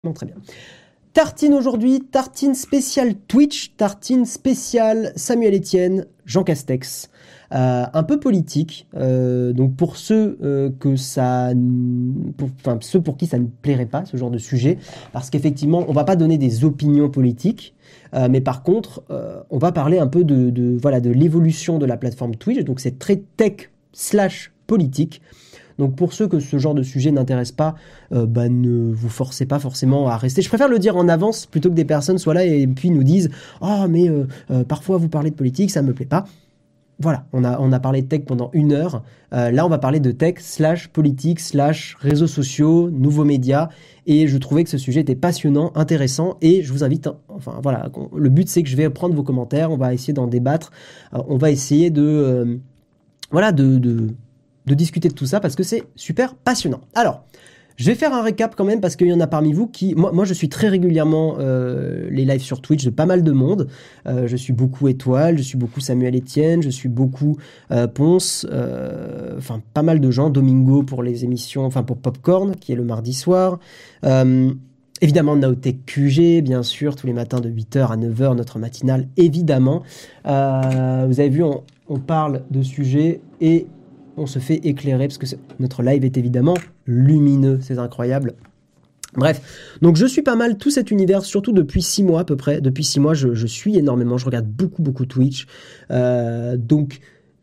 Non, très bien. Tartine aujourd'hui, tartine spéciale Twitch, tartine spéciale Samuel Etienne, Jean Castex. Un peu politique, donc pour ceux ceux pour qui ça ne plairait pas, ce genre de sujet, parce qu'effectivement, on va pas donner des opinions politiques, mais par contre, on va parler un peu de l'évolution de la plateforme Twitch, donc c'est très tech/politique. Donc pour ceux que ce genre de sujet n'intéresse pas, ne vous forcez pas forcément à rester. Je préfère le dire en avance plutôt que des personnes soient là et puis nous disent « Oh mais parfois vous parlez de politique, ça me plaît pas ». Voilà, on a parlé de tech pendant 1 heure. Là, on va parler de tech/politique/réseaux sociaux, nouveaux médias. Et je trouvais que ce sujet était passionnant, intéressant. Et je vous invite, le but c'est que je vais prendre vos commentaires. On va essayer d'en débattre. On va essayer de discuter de tout ça parce que c'est super passionnant. Alors, je vais faire un récap quand même parce qu'il y en a parmi vous qui... Moi je suis très régulièrement les lives sur Twitch de pas mal de monde. Je suis beaucoup Étoile, je suis beaucoup Samuel Etienne, je suis beaucoup Ponce, pas mal de gens. Domingo pour les émissions, pour Popcorn qui est le mardi soir. Évidemment, Naotech QG, bien sûr, tous les matins de 8h à 9h, notre matinale, évidemment. Vous avez vu, on parle de sujets et on se fait éclairer parce que notre live est évidemment lumineux, c'est incroyable. Bref, donc je suis pas mal tout cet univers, surtout depuis 6 mois à peu près. Depuis 6 mois, je suis énormément, je regarde beaucoup Twitch. Donc,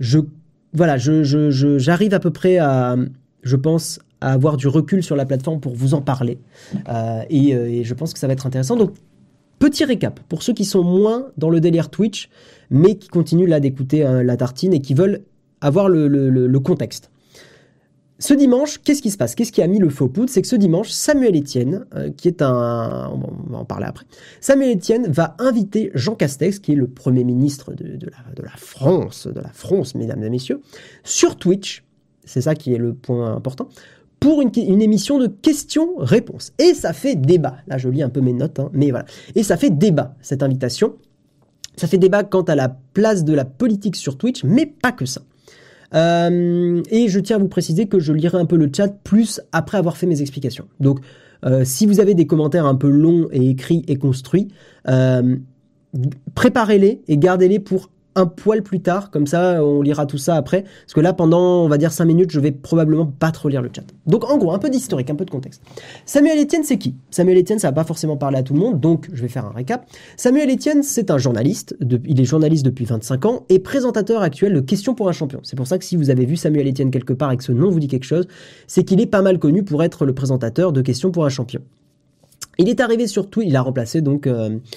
j'arrive à peu près à, je pense, à avoir du recul sur la plateforme pour vous en parler. Et je pense que ça va être intéressant. Donc, petit récap, pour ceux qui sont moins dans le délire Twitch, mais qui continuent là d'écouter la tartine et qui veulent avoir le contexte. Ce dimanche, qu'est-ce qui se passe? Qu'est-ce qui a mis le feu aux poudres? C'est que ce dimanche, Samuel Etienne, qui est on va en parler après, Samuel Etienne va inviter Jean Castex, qui est le Premier ministre de la France, mesdames et messieurs, sur Twitch, c'est ça qui est le point important, pour une émission de questions-réponses. Et ça fait débat. Là, je lis un peu mes notes, mais voilà. Et ça fait débat, cette invitation. Ça fait débat quant à la place de la politique sur Twitch, mais pas que ça. Et je tiens à vous préciser que je lirai un peu le chat plus après avoir fait mes explications. Donc, si vous avez des commentaires un peu longs et écrits et construits, préparez-les et gardez-les pour un poil plus tard, comme ça on lira tout ça après, parce que là pendant on va dire 5 minutes je vais probablement pas trop lire le chat. Donc en gros un peu d'historique, un peu de contexte. Samuel Etienne c'est qui? Samuel Etienne ça va pas forcément parler à tout le monde, donc je vais faire un récap. Samuel Etienne c'est un journaliste, il est journaliste depuis 25 ans et présentateur actuel de Questions pour un champion. C'est pour ça que si vous avez vu Samuel Etienne quelque part et que ce nom vous dit quelque chose, c'est qu'il est pas mal connu pour être le présentateur de Questions pour un champion. Il est arrivé sur Twitch, il a remplacé donc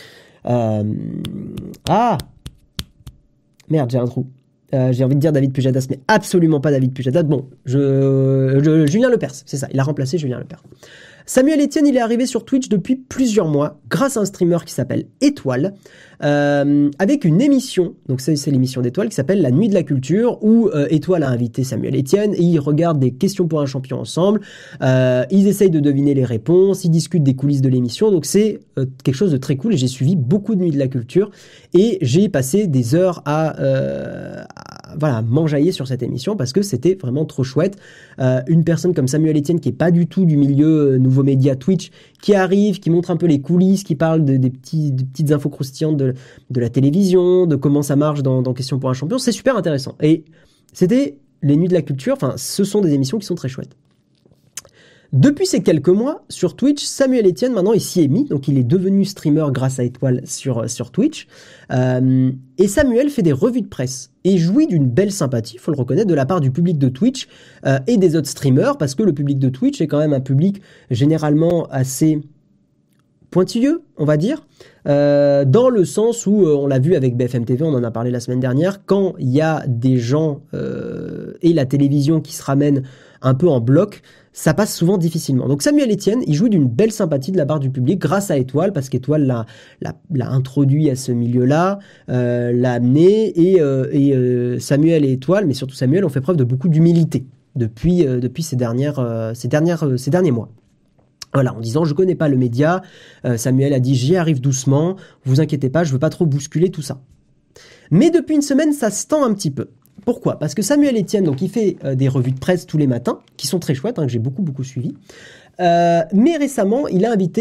Merde, j'ai un trou. J'ai envie de dire David Pujadas, mais absolument pas David Pujadas. Bon, Julien Lepers, c'est ça. Il a remplacé Julien Lepers. Samuel Etienne, il est arrivé sur Twitch depuis plusieurs mois, grâce à un streamer qui s'appelle Étoile, avec une émission, donc c'est l'émission d'Étoile, qui s'appelle La Nuit de la Culture, où Étoile a invité Samuel Etienne, et ils regardent des questions pour un champion ensemble, ils essayent de deviner les réponses, ils discutent des coulisses de l'émission, donc c'est quelque chose de très cool, et j'ai suivi beaucoup de Nuit de la Culture, et j'ai passé des heures à m'enjailler sur cette émission, parce que c'était vraiment trop chouette. Une personne comme Samuel Etienne, qui est pas du tout du milieu nouveaux médias Twitch, qui arrive, qui montre un peu les coulisses, qui parle des petites infos croustillantes de la télévision, de comment ça marche dans Questions pour un champion, c'est super intéressant. Et c'était les Nuits de la Culture, ce sont des émissions qui sont très chouettes. Depuis ces quelques mois, sur Twitch, Samuel Etienne, maintenant, il s'y est mis, donc il est devenu streamer grâce à Étoile sur Twitch, et Samuel fait des revues de presse, et jouit d'une belle sympathie, faut le reconnaître, de la part du public de Twitch, et des autres streamers, parce que le public de Twitch est quand même un public généralement assez pointilleux, on va dire, dans le sens où, on l'a vu avec BFM TV, on en a parlé la semaine dernière, quand il y a des gens et la télévision qui se ramènent un peu en bloc, ça passe souvent difficilement. Donc Samuel Etienne, il jouit d'une belle sympathie de la part du public grâce à Étoile, parce qu'Étoile l'a introduit à ce milieu-là, l'a amené, et Samuel et Étoile, mais surtout Samuel, ont fait preuve de beaucoup d'humilité depuis ces derniers mois. Voilà, en disant je connais pas le média, Samuel a dit j'y arrive doucement, vous inquiétez pas, je veux pas trop bousculer tout ça. Mais depuis une semaine, ça se tend un petit peu. Pourquoi? Parce que Samuel Etienne, donc il fait des revues de presse tous les matins, qui sont très chouettes, que j'ai beaucoup suivi. Mais récemment, il a invité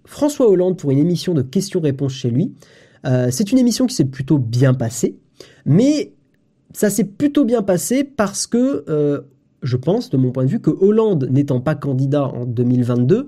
François Hollande pour une émission de questions-réponses chez lui. C'est une émission qui s'est plutôt bien passée, mais ça s'est plutôt bien passé parce que, je pense, de mon point de vue, que Hollande n'étant pas candidat en 2022,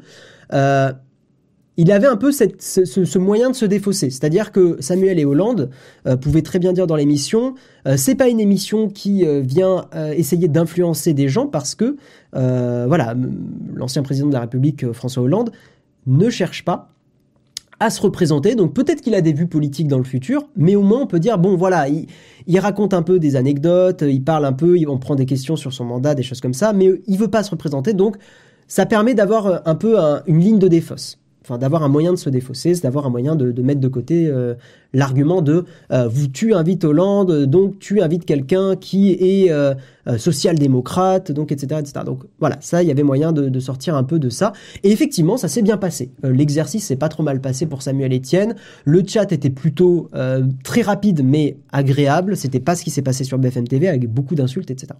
il avait un peu ce moyen de se défausser. C'est-à-dire que Samuel et Hollande pouvaient très bien dire dans l'émission, c'est pas une émission qui vient essayer d'influencer des gens parce que, voilà, l'ancien président de la République, François Hollande, ne cherche pas à se représenter. Donc peut-être qu'il a des vues politiques dans le futur, mais au moins on peut dire, bon voilà, il raconte un peu des anecdotes, il parle un peu, on prend des questions sur son mandat, des choses comme ça, mais il veut pas se représenter, donc ça permet d'avoir un peu une ligne de défausse. Enfin, d'avoir un moyen de se défausser, c'est d'avoir un moyen de mettre de côté l'argument de tu invites Hollande, donc tu invites quelqu'un qui est social-démocrate, donc etc., etc. Donc voilà, ça, il y avait moyen de sortir un peu de ça. Et effectivement, ça s'est bien passé. L'exercice s'est pas trop mal passé pour Samuel Etienne. Le chat était plutôt très rapide, mais agréable. C'était pas ce qui s'est passé sur BFM TV avec beaucoup d'insultes, etc.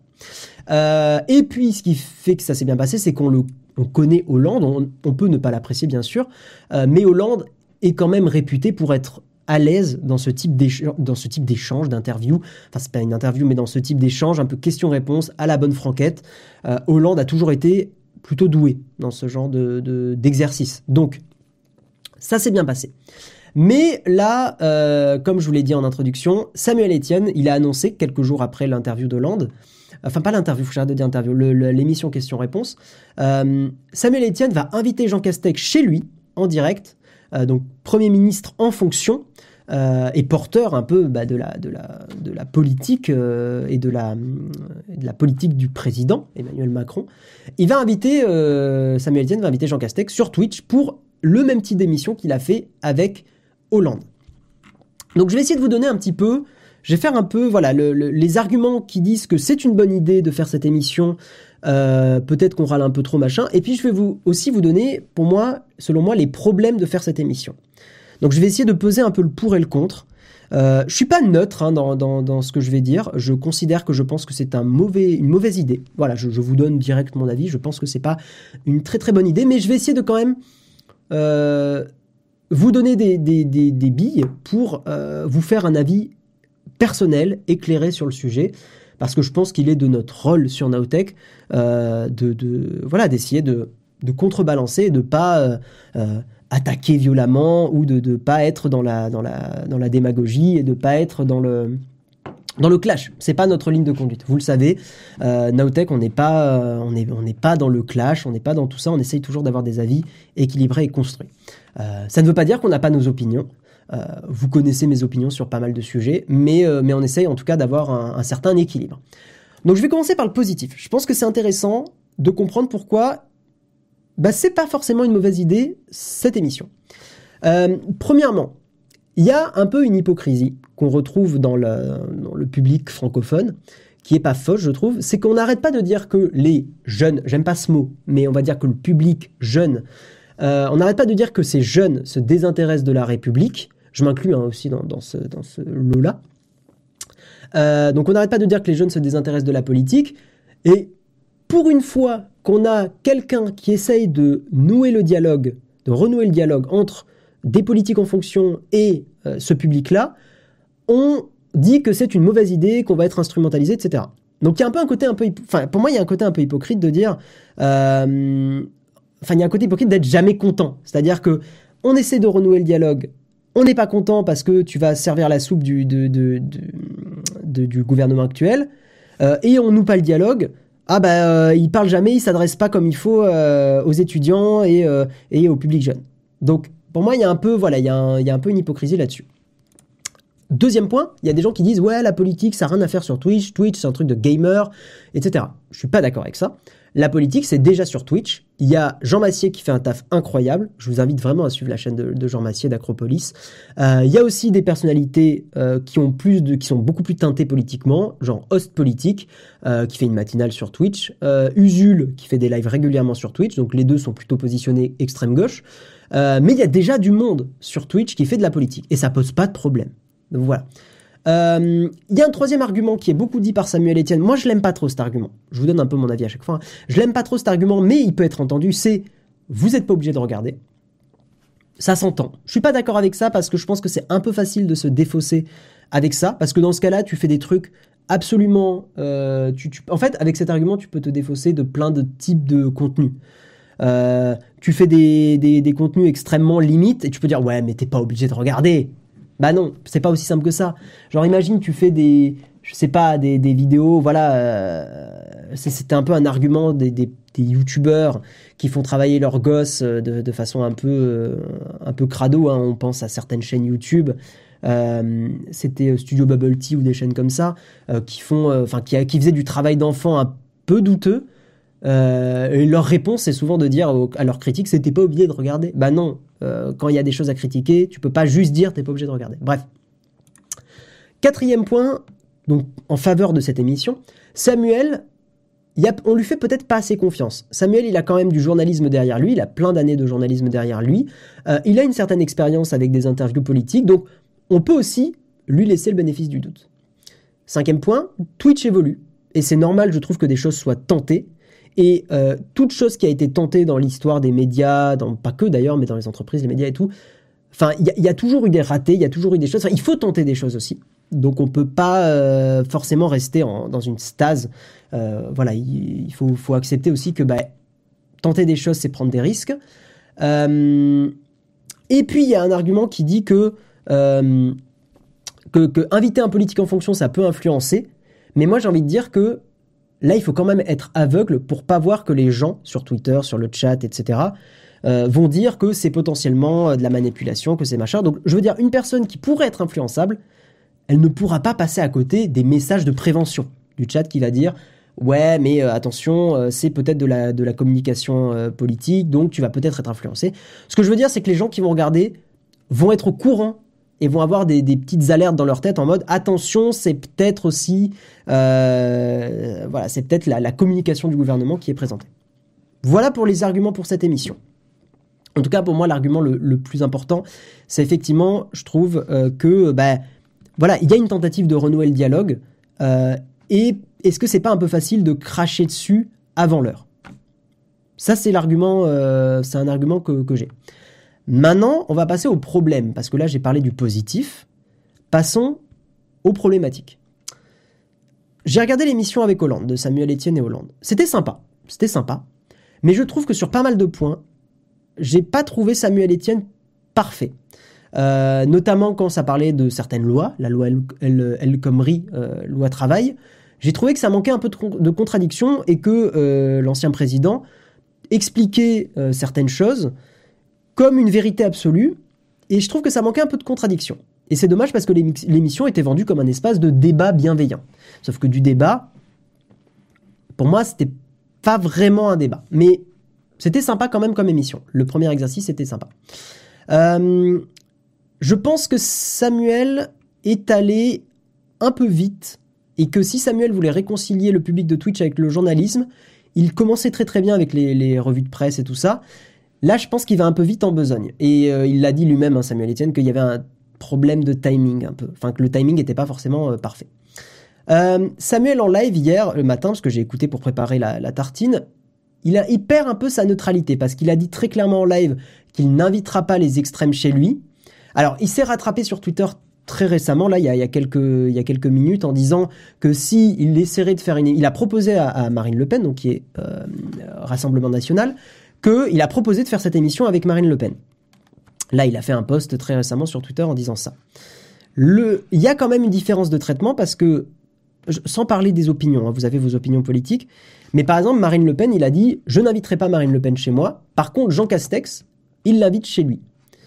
Et puis, ce qui fait que ça s'est bien passé, c'est qu'on connaît Hollande, on peut ne pas l'apprécier bien sûr, mais Hollande est quand même réputé pour être à l'aise dans ce type d'échange, d'interview. Enfin, c'est pas une interview, mais dans ce type d'échange, un peu question-réponse à la bonne franquette. Hollande a toujours été plutôt doué dans ce genre d'exercice. Donc, ça s'est bien passé. Mais là, comme je vous l'ai dit en introduction, Samuel Etienne, il a annoncé quelques jours après l'interview d'Hollande, enfin pas l'interview, faut que j'arrête de dire interview, l'émission question-réponse, Samuel Etienne va inviter Jean Castex chez lui, en direct, donc Premier ministre en fonction, et porteur un peu de la politique et de la politique du président, Emmanuel Macron. Samuel Etienne va inviter Jean Castex sur Twitch pour le même type d'émission qu'il a fait avec Hollande. Donc je vais essayer de vous donner un petit peu, je vais faire un peu voilà les arguments qui disent que c'est une bonne idée de faire cette émission, peut-être qu'on râle un peu trop machin, et puis je vais aussi vous donner, selon moi, les problèmes de faire cette émission. Donc je vais essayer de peser un peu le pour et le contre. Je suis pas neutre dans ce que je vais dire, je considère que je pense que c'est une mauvaise idée. Voilà, je vous donne direct mon avis, je pense que c'est pas une très très bonne idée, mais je vais essayer de quand même vous donner des billes pour vous faire un avis personnel, éclairé sur le sujet, parce que je pense qu'il est de notre rôle sur Nowtech d'essayer de contrebalancer et de pas attaquer violemment ou de pas être dans la démagogie et de pas être dans le clash. C'est pas notre ligne de conduite. Vous le savez, Nowtech, on n'est pas dans le clash, on n'est pas dans tout ça. On essaye toujours d'avoir des avis équilibrés et construits. Ça ne veut pas dire qu'on n'a pas nos opinions. Vous connaissez mes opinions sur pas mal de sujets, mais on essaye en tout cas d'avoir un certain équilibre. Donc je vais commencer par le positif. Je pense que c'est intéressant de comprendre pourquoi c'est pas forcément une mauvaise idée cette émission. Premièrement, il y a un peu une hypocrisie qu'on retrouve dans le public francophone, qui est pas fausse, je trouve, c'est qu'on n'arrête pas de dire que les jeunes, j'aime pas ce mot, mais on va dire que le public jeune, on n'arrête pas de dire que ces jeunes se désintéressent de la République, je m'inclus aussi dans ce lot-là. Donc on n'arrête pas de dire que les jeunes se désintéressent de la politique, et pour une fois qu'on a quelqu'un qui essaye de renouer le dialogue entre des politiques en fonction et ce public-là, on dit que c'est une mauvaise idée, qu'on va être instrumentalisé, etc. Donc il y a un peu un côté pour moi il y a un côté un peu hypocrite de dire, il y a un côté hypocrite d'être jamais content. C'est-à-dire que on essaie de renouer le dialogue, on n'est pas content parce que tu vas servir la soupe du gouvernement actuel, et on noue pas le dialogue. Il parle jamais, il s'adresse pas comme il faut aux étudiants et au public jeune. Donc pour moi, il y a un peu une hypocrisie là-dessus. Deuxième point, il y a des gens qui disent « Ouais, la politique, ça n'a rien à faire sur Twitch. Twitch, c'est un truc de gamer, etc. » Je suis pas d'accord avec ça. La politique, c'est déjà sur Twitch. Il y a Jean Massier qui fait un taf incroyable. Je vous invite vraiment à suivre la chaîne de Jean Massier d'Acropolis. Il y a aussi des personnalités qui sont beaucoup plus teintées politiquement, genre Host Politique, qui fait une matinale sur Twitch, Usul, qui fait des lives régulièrement sur Twitch. Donc les deux sont plutôt positionnés extrême gauche. Mais il y a déjà du monde sur Twitch qui fait de la politique. Et ça pose pas de problème. Donc voilà. Il y a un troisième argument qui est beaucoup dit par Samuel Etienne. Moi, je l'aime pas trop cet argument. Je vous donne un peu mon avis à chaque fois. Je l'aime pas trop cet argument, mais il peut être entendu. C'est, vous n'êtes pas obligé de regarder. Ça s'entend. Je suis pas d'accord avec ça parce que je pense que c'est un peu facile de se défausser avec ça, parce que dans ce cas-là, tu fais des trucs absolument... en fait, avec cet argument, tu peux te défausser de plein de types de contenus. Tu fais des contenus extrêmement limites et tu peux dire ouais mais t'es pas obligé de regarder. Bah non, c'est pas aussi simple que ça. Genre imagine tu fais des vidéos, voilà, c'était un peu un argument des youtubeurs qui font travailler leurs gosses de façon un peu crado, hein. On pense à certaines chaînes YouTube, c'était Studio Bubble Tea ou des chaînes comme ça, qui faisaient du travail d'enfant un peu douteux. Et leur réponse c'est souvent de dire à leurs critiques c'était pas obligé de regarder. Bah non, quand il y a des choses à critiquer, tu peux pas juste dire t'es pas obligé de regarder. Bref. 4e point, donc en faveur de cette émission, Samuel, on lui fait peut-être pas assez confiance. Samuel, il a quand même du journalisme derrière lui, il a plein d'années de journalisme derrière lui, il a une certaine expérience avec des interviews politiques, donc on peut aussi lui laisser le bénéfice du doute. 5e point, Twitch évolue, et c'est normal, je trouve, que des choses soient tentées. Et toute chose qui a été tentée dans l'histoire des médias, pas que d'ailleurs, mais dans les entreprises, les médias et tout, enfin, il y a toujours eu des ratés, il y a toujours eu des choses. Enfin, il faut tenter des choses aussi. Donc, on peut pas forcément rester dans une stase. Voilà, il faut accepter aussi que tenter des choses, c'est prendre des risques. Et puis, il y a un argument qui dit que inviter un politique en fonction, ça peut influencer. Mais moi, j'ai envie de dire que là, il faut quand même être aveugle pour pas voir que les gens, sur Twitter, sur le chat, etc., vont dire que c'est potentiellement de la manipulation, que c'est machin. Donc, je veux dire, une personne qui pourrait être influençable, elle ne pourra pas passer à côté des messages de prévention du chat qui va dire « Ouais, mais attention, c'est peut-être de la communication politique, donc tu vas peut-être être influencé. » Ce que je veux dire, c'est que les gens qui vont regarder vont être au courant et vont avoir des petites alertes dans leur tête en mode attention, c'est peut-être aussi c'est peut-être la communication du gouvernement qui est présentée. Voilà pour les arguments pour cette émission. En tout cas, pour moi, l'argument le plus important, c'est effectivement, je trouve que il y a une tentative de renouer le dialogue, et est-ce que c'est pas un peu facile de cracher dessus avant l'heure? Ça, c'est l'argument, c'est un argument que j'ai. Maintenant, on va passer au problème, parce que là, j'ai parlé du positif. Passons aux problématiques. J'ai regardé l'émission avec Hollande, de Samuel Etienne et Hollande. C'était sympa, mais je trouve que sur pas mal de points, j'ai pas trouvé Samuel Etienne parfait. Notamment quand ça parlait de certaines lois, la loi El Khomri, loi travail, j'ai trouvé que ça manquait un peu de contradiction et que l'ancien président expliquait certaines choses comme une vérité absolue, et je trouve que ça manquait un peu de contradiction. Et c'est dommage parce que l'émission était vendue comme un espace de débat bienveillant. Sauf que du débat, pour moi, c'était pas vraiment un débat. Mais c'était sympa quand même comme émission. Le premier exercice était sympa. Je pense que Samuel est allé un peu vite, et que si Samuel voulait réconcilier le public de Twitch avec le journalisme, il commençait très très bien avec les revues de presse et tout ça. Là, je pense qu'il va un peu vite en besogne. Et il l'a dit lui-même, hein, Samuel Etienne, qu'il y avait un problème de timing un peu. Enfin, que le timing n'était pas forcément parfait. Samuel en live hier, le matin, parce que j'ai écouté pour préparer la tartine, il perd un peu sa neutralité, parce qu'il a dit très clairement en live qu'il n'invitera pas les extrêmes chez lui. Alors, il s'est rattrapé sur Twitter très récemment, là, il y a quelques minutes, en disant que si il essaierait de faire il a proposé à Marine Le Pen, donc qui est Rassemblement National, qu'il a proposé de faire cette émission avec Marine Le Pen. Là, il a fait un post très récemment sur Twitter en disant ça. Il y a quand même une différence de traitement parce que, sans parler des opinions, hein, vous avez vos opinions politiques, mais par exemple, Marine Le Pen, il a dit « Je n'inviterai pas Marine Le Pen chez moi. Par contre, Jean Castex, il l'invite chez lui. »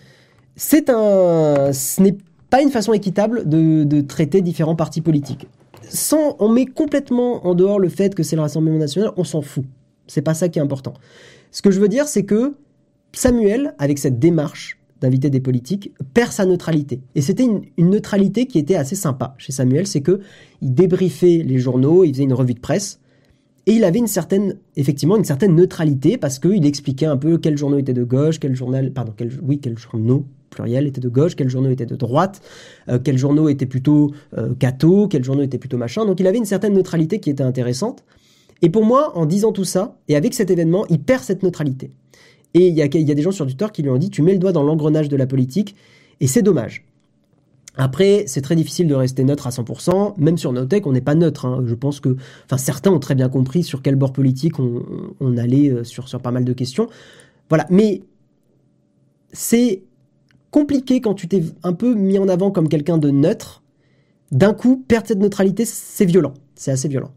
Ce n'est pas une façon équitable de traiter différents partis politiques. On met complètement en dehors le fait que c'est le Rassemblement National, on s'en fout. C'est pas ça qui est important. Ce que je veux dire, c'est que Samuel, avec cette démarche d'inviter des politiques, perd sa neutralité. Et c'était une neutralité qui était assez sympa chez Samuel, c'est que il débriefait les journaux, il faisait une revue de presse, et il avait une certaine neutralité, parce qu'il expliquait un peu quels journaux étaient de gauche, quels journaux, pluriel, étaient de gauche, quels journaux étaient de droite, quels journaux étaient plutôt catho, quels journaux étaient plutôt machin. Donc il avait une certaine neutralité qui était intéressante. Et pour moi, en disant tout ça, et avec cet événement, il perd cette neutralité. Et il y a des gens sur Twitter qui lui ont dit « Tu mets le doigt dans l'engrenage de la politique » et c'est dommage. Après, c'est très difficile de rester neutre à 100%. Même sur NoTech, on n'est pas neutre. Hein. Je pense que certains ont très bien compris sur quel bord politique on allait sur pas mal de questions. Voilà, mais c'est compliqué quand tu t'es un peu mis en avant comme quelqu'un de neutre. D'un coup, perdre cette neutralité, c'est violent. C'est assez violent.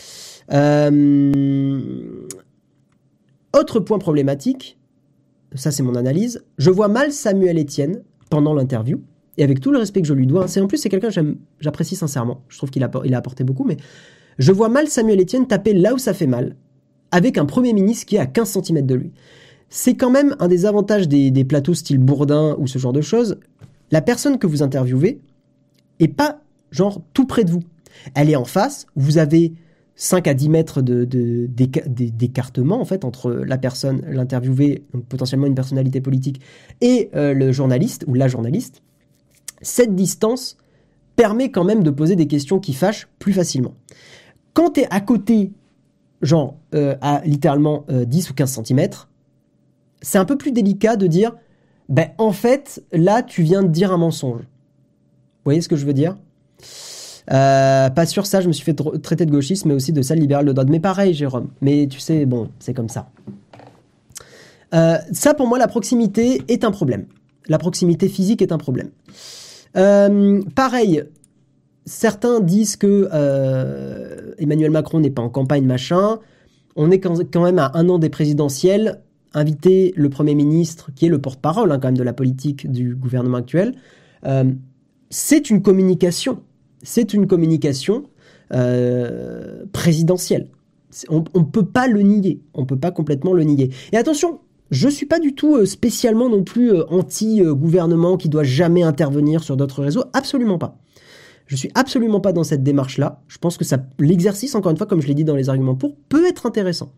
Autre point problématique, ça c'est mon analyse, je vois mal Samuel Etienne pendant l'interview, et avec tout le respect que je lui dois, en plus c'est quelqu'un que j'apprécie sincèrement, je trouve qu'il a apporté beaucoup, mais je vois mal Samuel Etienne taper là où ça fait mal, avec un Premier ministre qui est à 15 cm de lui. C'est quand même un des avantages des plateaux style Bourdin ou ce genre de choses, la personne que vous interviewez est pas genre tout près de vous. Elle est en face, vous avez 5 à 10 mètres d'écartement en fait entre la personne, l'interviewé, donc potentiellement une personnalité politique, et le journaliste ou la journaliste. Cette distance permet quand même de poser des questions qui fâchent plus facilement. Quand tu es à côté, genre à littéralement 10 ou 15 cm, c'est un peu plus délicat de dire en fait, là, tu viens de dire un mensonge. Vous voyez ce que je veux dire ? Pas sûr ça, je me suis fait traiter de gauchiste, mais aussi de sale libéral de droite. Mais pareil, Jérôme. Mais tu sais, bon, c'est comme ça. Ça, pour moi, la proximité est un problème. La proximité physique est un problème. Pareil, certains disent que Emmanuel Macron n'est pas en campagne, machin. On est quand même à 1 an des présidentielles. Inviter le Premier ministre, qui est le porte-parole quand même de la politique du gouvernement actuel, c'est une communication. C'est une communication présidentielle. On ne peut pas le nier. On ne peut pas complètement le nier. Et attention, je ne suis pas du tout spécialement non plus anti-gouvernement qui doit jamais intervenir sur d'autres réseaux. Absolument pas. Je ne suis absolument pas dans cette démarche-là. Je pense que l'exercice, encore une fois, comme je l'ai dit dans les arguments pour, peut être intéressant.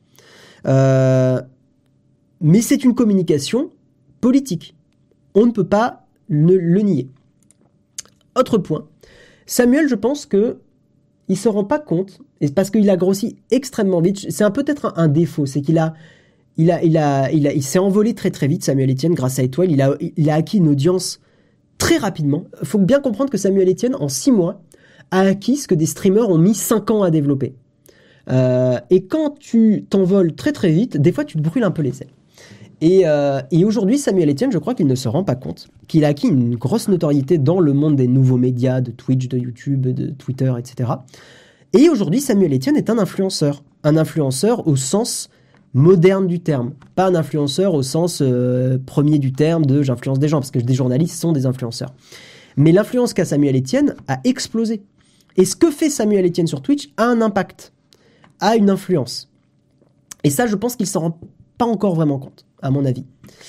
Mais c'est une communication politique. On ne peut pas le nier. Autre point. Samuel, je pense que il se rend pas compte, et parce qu'il a grossi extrêmement vite. C'est peut-être un défaut, c'est qu'il il s'est envolé très très vite, Samuel Etienne, grâce à Étoile. Il a acquis une audience très rapidement. Il faut bien comprendre que Samuel Etienne, en 6 mois, a acquis ce que des streamers ont mis 5 ans à développer. Et quand tu t'envoles très très vite, des fois tu te brûles un peu les ailes. Et aujourd'hui, Samuel Etienne, je crois qu'il ne se rend pas compte qu'il a acquis une grosse notoriété dans le monde des nouveaux médias, de Twitch, de YouTube, de Twitter, etc. Et aujourd'hui, Samuel Etienne est un influenceur. Un influenceur au sens moderne du terme. Pas un influenceur au sens premier du terme de j'influence des gens, parce que des journalistes sont des influenceurs. Mais l'influence qu'a Samuel Etienne a explosé. Et ce que fait Samuel Etienne sur Twitch a un impact, a une influence. Et ça, je pense qu'il s'en rend pas encore vraiment compte, à mon avis.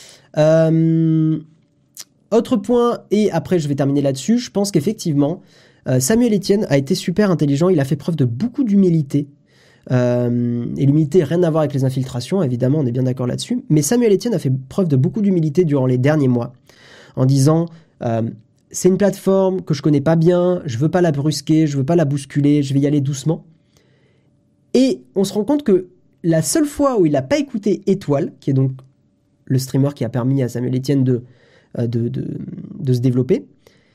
Autre point, et après je vais terminer là-dessus, je pense qu'effectivement, Samuel Etienne a été super intelligent, il a fait preuve de beaucoup d'humilité. Et l'humilité, rien à voir avec les infiltrations, évidemment, on est bien d'accord là-dessus. Mais Samuel Etienne a fait preuve de beaucoup d'humilité durant les derniers mois, en disant c'est une plateforme que je connais pas bien, je veux pas la brusquer, je veux pas la bousculer, je vais y aller doucement. Et on se rend compte que la seule fois où il n'a pas écouté Étoile, qui est donc le streamer qui a permis à Samuel Etienne de se développer,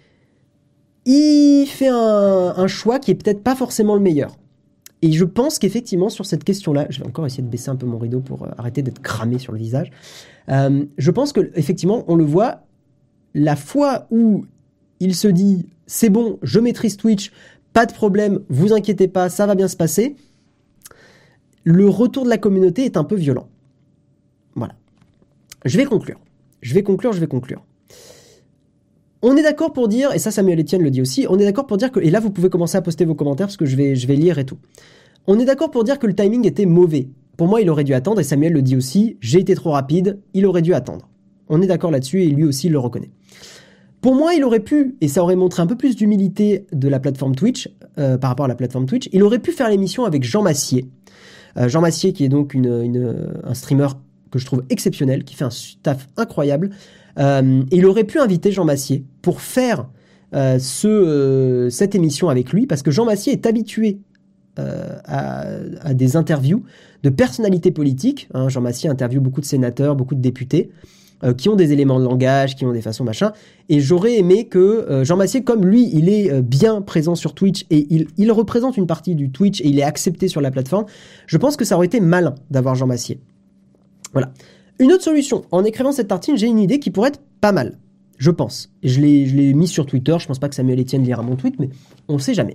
il fait un choix qui est peut-être pas forcément le meilleur. Et je pense qu'effectivement, sur cette question-là, je vais encore essayer de baisser un peu mon rideau pour arrêter d'être cramé sur le visage. Je pense qu'effectivement, on le voit, la fois où il se dit « c'est bon, je maîtrise Twitch, pas de problème, vous inquiétez pas, ça va bien se passer », le retour de la communauté est un peu violent. Voilà. Je vais conclure. On est d'accord pour dire, et ça Samuel Etienne le dit aussi, on est d'accord pour dire que, et là vous pouvez commencer à poster vos commentaires parce que je vais lire et tout. On est d'accord pour dire que le timing était mauvais. Pour moi, il aurait dû attendre, et Samuel le dit aussi, j'ai été trop rapide, il aurait dû attendre. On est d'accord là-dessus, et lui aussi il le reconnaît. Pour moi, il aurait pu, et ça aurait montré un peu plus d'humilité de la plateforme Twitch, par rapport à la plateforme Twitch, il aurait pu faire l'émission avec Jean Massier. Jean Massier qui est donc un streamer que je trouve exceptionnel, qui fait un taf incroyable. Il aurait pu inviter Jean Massier pour faire cette émission avec lui, parce que Jean Massier est habitué à des interviews de personnalités politiques. Hein, Jean Massier interviewe beaucoup de sénateurs, beaucoup de députés, qui ont des éléments de langage, qui ont des façons machin. Et j'aurais aimé que Jean Massier, comme lui, il est bien présent sur Twitch et il représente une partie du Twitch et il est accepté sur la plateforme, je pense que ça aurait été malin d'avoir Jean Massier. Voilà. Une autre solution, en écrivant cette tartine, j'ai une idée qui pourrait être pas mal, je pense. Et je l'ai mis sur Twitter, je pense pas que Samuel Etienne lira mon tweet, mais on sait jamais.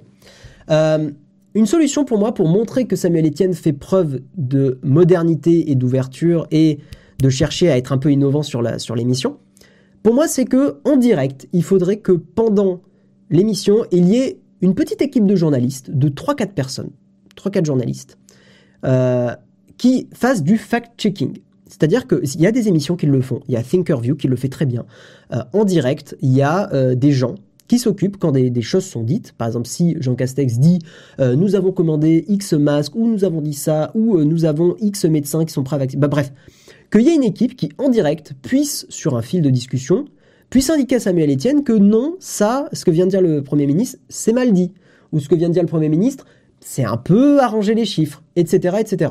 Une solution pour moi, pour montrer que Samuel Etienne fait preuve de modernité et d'ouverture et de chercher à être un peu innovant sur l'émission, pour moi, c'est que en direct, il faudrait que pendant l'émission, il y ait une petite équipe de journalistes, de 3-4 personnes, 3-4 journalistes, qui fassent du fact-checking. C'est-à-dire qu'il y a des émissions qui le font. Il y a Thinkerview qui le fait très bien. En direct, il y a des gens qui s'occupent quand des choses sont dites. Par exemple, si Jean Castex dit nous avons commandé X masques, ou nous avons dit ça, ou nous avons X médecins qui sont prêts à vacciner. Bref, qu'il y ait une équipe qui, en direct, puisse, sur un fil de discussion, puisse indiquer à Samuel Etienne que non, ça, ce que vient de dire le Premier ministre, c'est mal dit. Ou ce que vient de dire le Premier ministre, c'est un peu arranger les chiffres, etc., etc.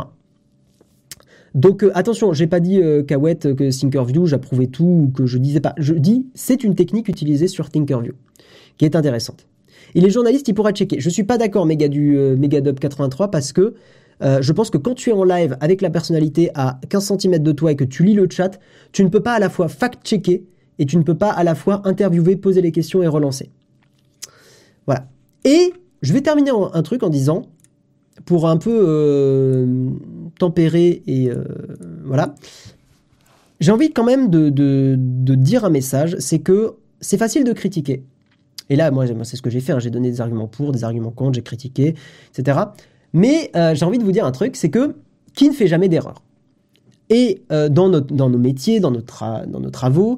Donc attention, j'ai pas dit Kawet que Thinkerview, j'approuvais tout ou que je disais pas. Je dis c'est une technique utilisée sur Thinkerview qui est intéressante. Et les journalistes, ils pourraient checker. Je suis pas d'accord Megadub 83 parce que je pense que quand tu es en live avec la personnalité à 15 cm de toi et que tu lis le chat, tu ne peux pas à la fois fact-checker et tu ne peux pas à la fois interviewer, poser les questions et relancer. Voilà. Et je vais terminer un truc en disant, pour un peu tempérer et voilà, j'ai envie quand même de dire un message, c'est que c'est facile de critiquer. Et là, moi c'est ce que j'ai fait, hein, j'ai donné des arguments pour, des arguments contre, j'ai critiqué, etc. Mais j'ai envie de vous dire un truc, c'est que qui ne fait jamais d'erreur? Et dans nos métiers, dans nos travaux,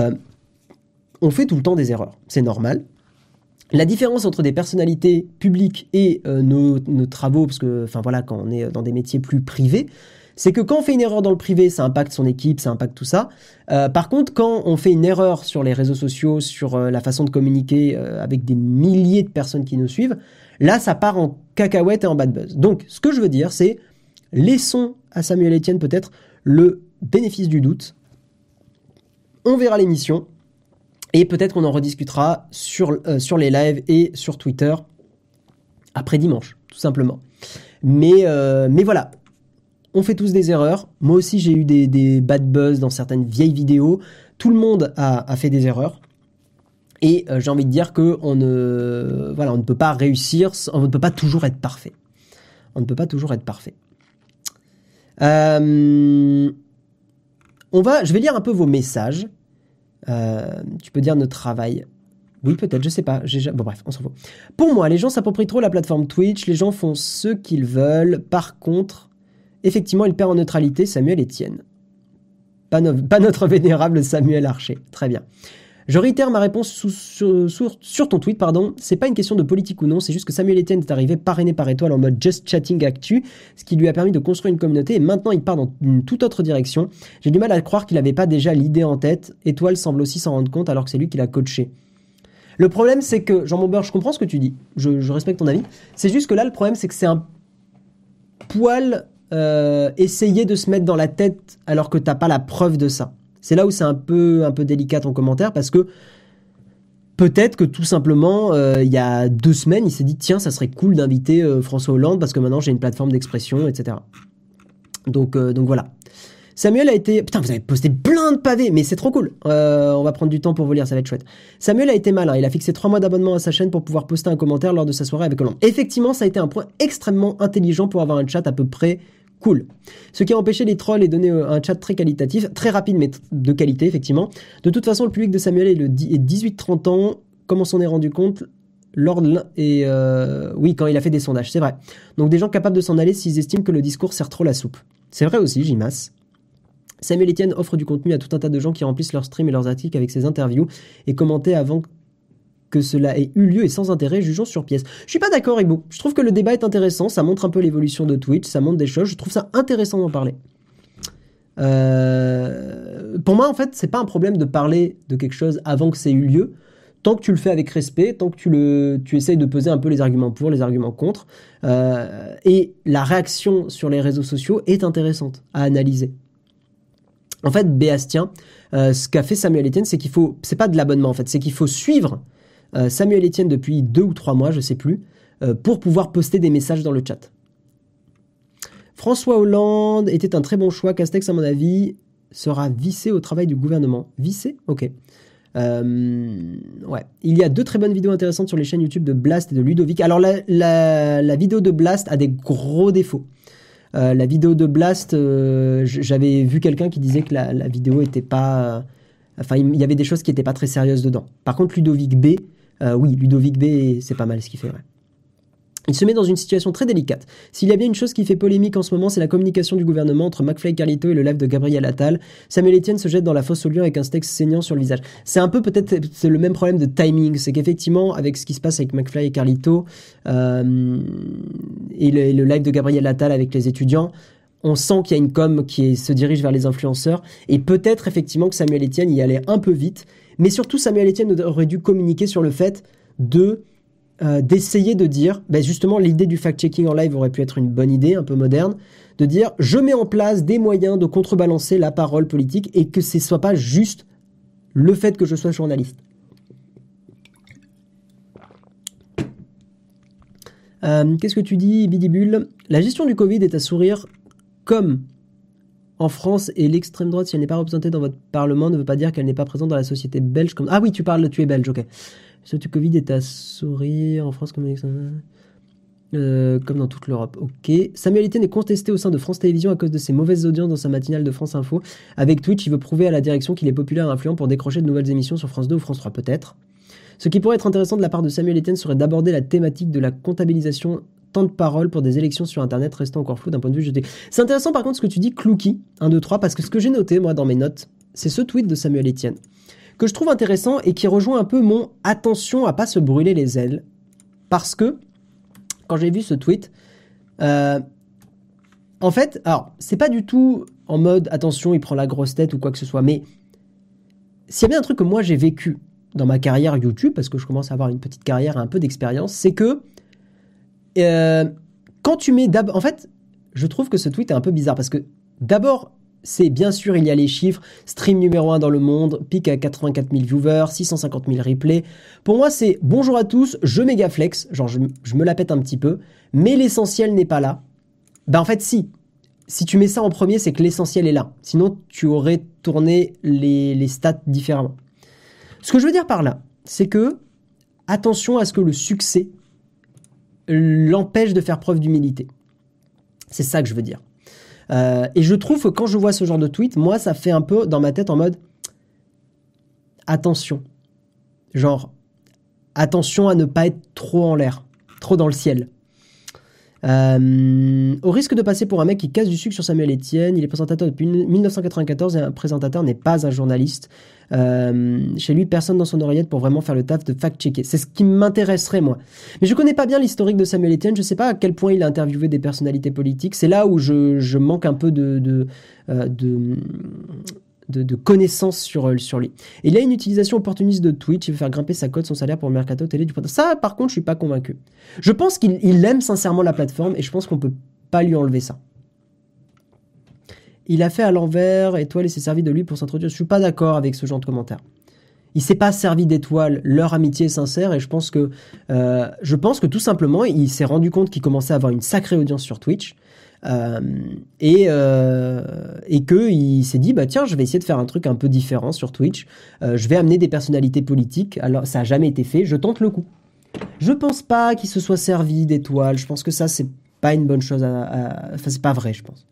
on fait tout le temps des erreurs. C'est normal. La différence entre des personnalités publiques et nos travaux, parce que, enfin voilà, quand on est dans des métiers plus privés, c'est que quand on fait une erreur dans le privé, ça impacte son équipe, ça impacte tout ça. Par contre, quand on fait une erreur sur les réseaux sociaux, sur la façon de communiquer avec des milliers de personnes qui nous suivent, là, ça part en cacahuète et en bad buzz. Donc, ce que je veux dire, c'est laissons à Samuel Etienne peut-être le bénéfice du doute. On verra l'émission. Et peut-être qu'on en rediscutera sur les lives et sur Twitter après dimanche, tout simplement. Mais voilà, on fait tous des erreurs. Moi aussi, j'ai eu des bad buzz dans certaines vieilles vidéos. Tout le monde a fait des erreurs. Et j'ai envie de dire qu'on ne peut pas réussir, on ne peut pas toujours être parfait. On ne peut pas toujours être parfait. Je vais lire un peu vos messages. Tu peux dire notre travail. Oui, peut-être, je sais pas. Bon, bref, on s'en fout. Pour moi, les gens s'approprient trop la plateforme Twitch. Les gens font ce qu'ils veulent. Par contre, effectivement, il perd en neutralité. Samuel Etienne. Pas notre vénérable Samuel Archer. Très bien. Je réitère ma réponse sur ton tweet, pardon. C'est pas une question de politique ou non, c'est juste que Samuel Etienne est arrivé parrainé par Étoile en mode just chatting actu, ce qui lui a permis de construire une communauté et maintenant il part dans une toute autre direction. J'ai du mal à croire qu'il avait pas déjà l'idée en tête. Étoile semble aussi s'en rendre compte alors que c'est lui qui l'a coaché. Le problème c'est que, Jean Maubert, je comprends ce que tu dis, je respecte ton avis. C'est juste que là le problème c'est que c'est un poil essayer de se mettre dans la tête alors que t'as pas la preuve de ça. C'est là où c'est un peu délicat ton commentaire parce que peut-être que tout simplement, il y a 2 semaines, il s'est dit tiens, ça serait cool d'inviter François Hollande parce que maintenant j'ai une plateforme d'expression, etc. Donc voilà. Samuel a été... Putain, vous avez posté plein de pavés, mais c'est trop cool. On va prendre du temps pour vous lire, ça va être chouette. Samuel a été malin, il a fixé 3 mois d'abonnement à sa chaîne pour pouvoir poster un commentaire lors de sa soirée avec Hollande. Effectivement, ça a été un point extrêmement intelligent pour avoir un chat à peu près cool. Ce qui a empêché les trolls et donné un chat très qualitatif, très rapide mais de qualité effectivement. De toute façon, le public de Samuel est 18-30 ans. Comme on s'en est rendu compte lors de oui, quand il a fait des sondages, c'est vrai. Donc des gens capables de s'en aller s'ils estiment que le discours sert trop la soupe. C'est vrai aussi, Jimas. Samuel Etienne offre du contenu à tout un tas de gens qui remplissent leurs streams et leurs articles avec ses interviews et commenter avant que cela ait eu lieu et sans intérêt, jugeons sur pièce. Je suis pas d'accord, Ibo. Je trouve que le débat est intéressant, ça montre un peu l'évolution de Twitch, ça montre des choses, je trouve ça intéressant d'en parler. Pour moi, en fait, c'est pas un problème de parler de quelque chose avant que ça ait eu lieu, tant que tu le fais avec respect, tant que tu essayes de peser un peu les arguments pour, les arguments contre, et la réaction sur les réseaux sociaux est intéressante à analyser. En fait, Béastien, ce qu'a fait Samuel Etienne, c'est pas de l'abonnement en fait, c'est qu'il faut suivre Samuel Etienne depuis 2 ou 3 mois, je sais plus, pour pouvoir poster des messages dans le chat. François Hollande était un très bon choix. Castex, à mon avis, sera vissé au travail du gouvernement. Vissé ? Ok. Ouais. Il y a 2 très bonnes vidéos intéressantes sur les chaînes YouTube de Blast et de Ludovic. Alors, la vidéo de Blast a des gros défauts. La vidéo de Blast, j'avais vu quelqu'un qui disait que la vidéo était pas... Enfin, il y avait des choses qui n'étaient pas très sérieuses dedans. Par contre, Ludovic B, oui, Ludovic B, c'est pas mal ce qu'il fait, ouais. Il se met dans une situation très délicate. S'il y a bien une chose qui fait polémique en ce moment, c'est la communication du gouvernement entre McFly et Carlito et le live de Gabriel Attal. Samuel Etienne se jette dans la fosse au lion avec un steak saignant sur le visage. C'est un peu c'est le même problème de timing. C'est qu'effectivement, avec ce qui se passe avec McFly et Carlito, et le live de Gabriel Attal avec les étudiants, on sent qu'il y a une com se dirige vers les influenceurs. Et peut-être effectivement que Samuel Etienne y allait un peu vite. Mais surtout, Samuel Etienne aurait dû communiquer sur le fait d'essayer de dire, justement l'idée du fact-checking en live aurait pu être une bonne idée, un peu moderne, de dire je mets en place des moyens de contrebalancer la parole politique et que ce soit pas juste le fait que je sois journaliste. Qu'est-ce que tu dis, Bidibule ? La gestion du Covid est à sourire comme en France et l'extrême droite, si elle n'est pas représentée dans votre parlement, ne veut pas dire qu'elle n'est pas présente dans la société belge. Ah oui, tu es belge, ok. Ce Covid est à sourire en France comme dans toute l'Europe. Ok. Samuel Etienne est contesté au sein de France Télévisions à cause de ses mauvaises audiences dans sa matinale de France Info. Avec Twitch, il veut prouver à la direction qu'il est populaire et influent pour décrocher de nouvelles émissions sur France 2 ou France 3, peut-être. Ce qui pourrait être intéressant de la part de Samuel Etienne serait d'aborder la thématique de la comptabilisation temps de parole pour des élections sur Internet restant encore flou d'un point de vue jeté. C'est intéressant par contre ce que tu dis, Clouky, 1, 2, 3, parce que ce que j'ai noté, moi, dans mes notes, c'est ce tweet de Samuel Etienne, que je trouve intéressant et qui rejoint un peu mon attention à pas se brûler les ailes. Parce que, quand j'ai vu ce tweet, en fait, alors, c'est pas du tout en mode, attention, il prend la grosse tête ou quoi que ce soit, mais s'il y a bien un truc que moi j'ai vécu dans ma carrière YouTube, parce que je commence à avoir une petite carrière et un peu d'expérience, c'est que, quand tu mets en fait, je trouve que ce tweet est un peu bizarre, parce que, d'abord, c'est bien sûr, il y a les chiffres, stream numéro 1 dans le monde, pic à 84 000 viewers, 650 000 replays. Pour moi, c'est bonjour à tous, je méga flex, genre je me la pète un petit peu, mais l'essentiel n'est pas là. En fait, si tu mets ça en premier, c'est que l'essentiel est là. Sinon, tu aurais tourné les stats différemment. Ce que je veux dire par là, c'est que attention à ce que le succès l'empêche de faire preuve d'humilité. C'est ça que je veux dire. Et je trouve que quand je vois ce genre de tweet, moi, ça fait un peu dans ma tête en mode attention. Genre, attention à ne pas être trop en l'air, trop dans le ciel. Au risque de passer pour un mec qui casse du sucre sur Samuel Etienne, il est présentateur depuis 1994 et un présentateur n'est pas un journaliste. Chez lui, personne dans son oreillette pour vraiment faire le taf de fact-checker. C'est ce qui m'intéresserait, moi. Mais je connais pas bien l'historique de Samuel Etienne, je sais pas à quel point il a interviewé des personnalités politiques. C'est là où je manque un peu de connaissances sur lui. Et il a une utilisation opportuniste de Twitch, il veut faire grimper sa cote, son salaire pour le mercato télé du printemps. Ça, par contre, je suis pas convaincu. Je pense qu'il aime sincèrement la plateforme et je pense qu'on peut pas lui enlever ça. Il a fait à l'envers, Étoile, et s'est servi de lui pour s'introduire. Je suis pas d'accord avec ce genre de commentaire. Il s'est pas servi d'Étoile, leur amitié est sincère et je pense que tout simplement, il s'est rendu compte qu'il commençait à avoir une sacrée audience sur Twitch. Et qu'il s'est dit tiens, je vais essayer de faire un truc un peu différent sur Twitch, je vais amener des personnalités politiques. Alors ça a jamais été fait, je tente le coup. Je pense pas qu'il se soit servi d'Étoile, je pense que ça c'est pas une bonne chose enfin c'est pas vrai, je pense.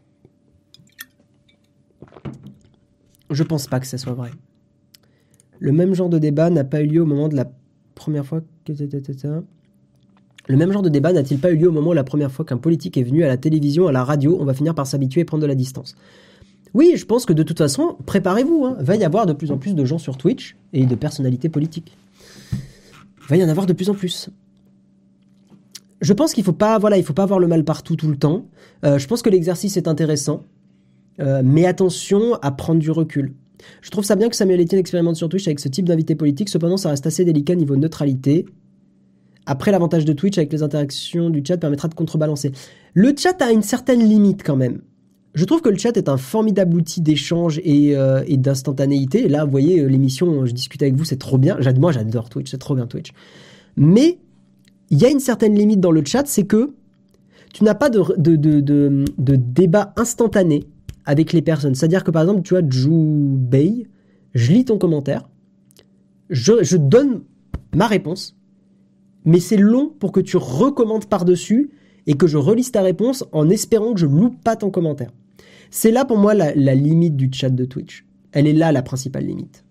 Je pense pas que ça soit vrai. Le même genre de débat n'a pas eu lieu au moment de la première fois que... Le même genre de débat n'a-t-il pas eu lieu au moment où la première fois qu'un politique est venu à la télévision, à la radio, on va finir par s'habituer et prendre de la distance. Oui, je pense que de toute façon, préparez-vous, va y avoir de plus en plus de gens sur Twitch et de personnalités politiques. Va y en avoir de plus en plus. Je pense qu'il faut pas avoir le mal partout tout le temps. Je pense que l'exercice est intéressant, mais attention à prendre du recul. Je trouve ça bien que Samuel Etienne expérimente sur Twitch avec ce type d'invité politique. Cependant, ça reste assez délicat niveau neutralité. Après, l'avantage de Twitch avec les interactions du chat permettra de contrebalancer. Le chat a une certaine limite quand même. Je trouve que le chat est un formidable outil d'échange et d'instantanéité. Et là, vous voyez, l'émission, je discute avec vous, c'est trop bien. Moi, j'adore Twitch, c'est trop bien Twitch. Mais il y a une certaine limite dans le chat, c'est que tu n'as pas de débat instantané avec les personnes. C'est-à-dire que par exemple, tu vois, Joubei, je lis ton commentaire, je donne ma réponse, mais c'est long pour que tu recommentes par-dessus et que je relise ta réponse en espérant que je loupe pas ton commentaire. C'est là pour moi la limite du chat de Twitch. Elle est là la principale limite.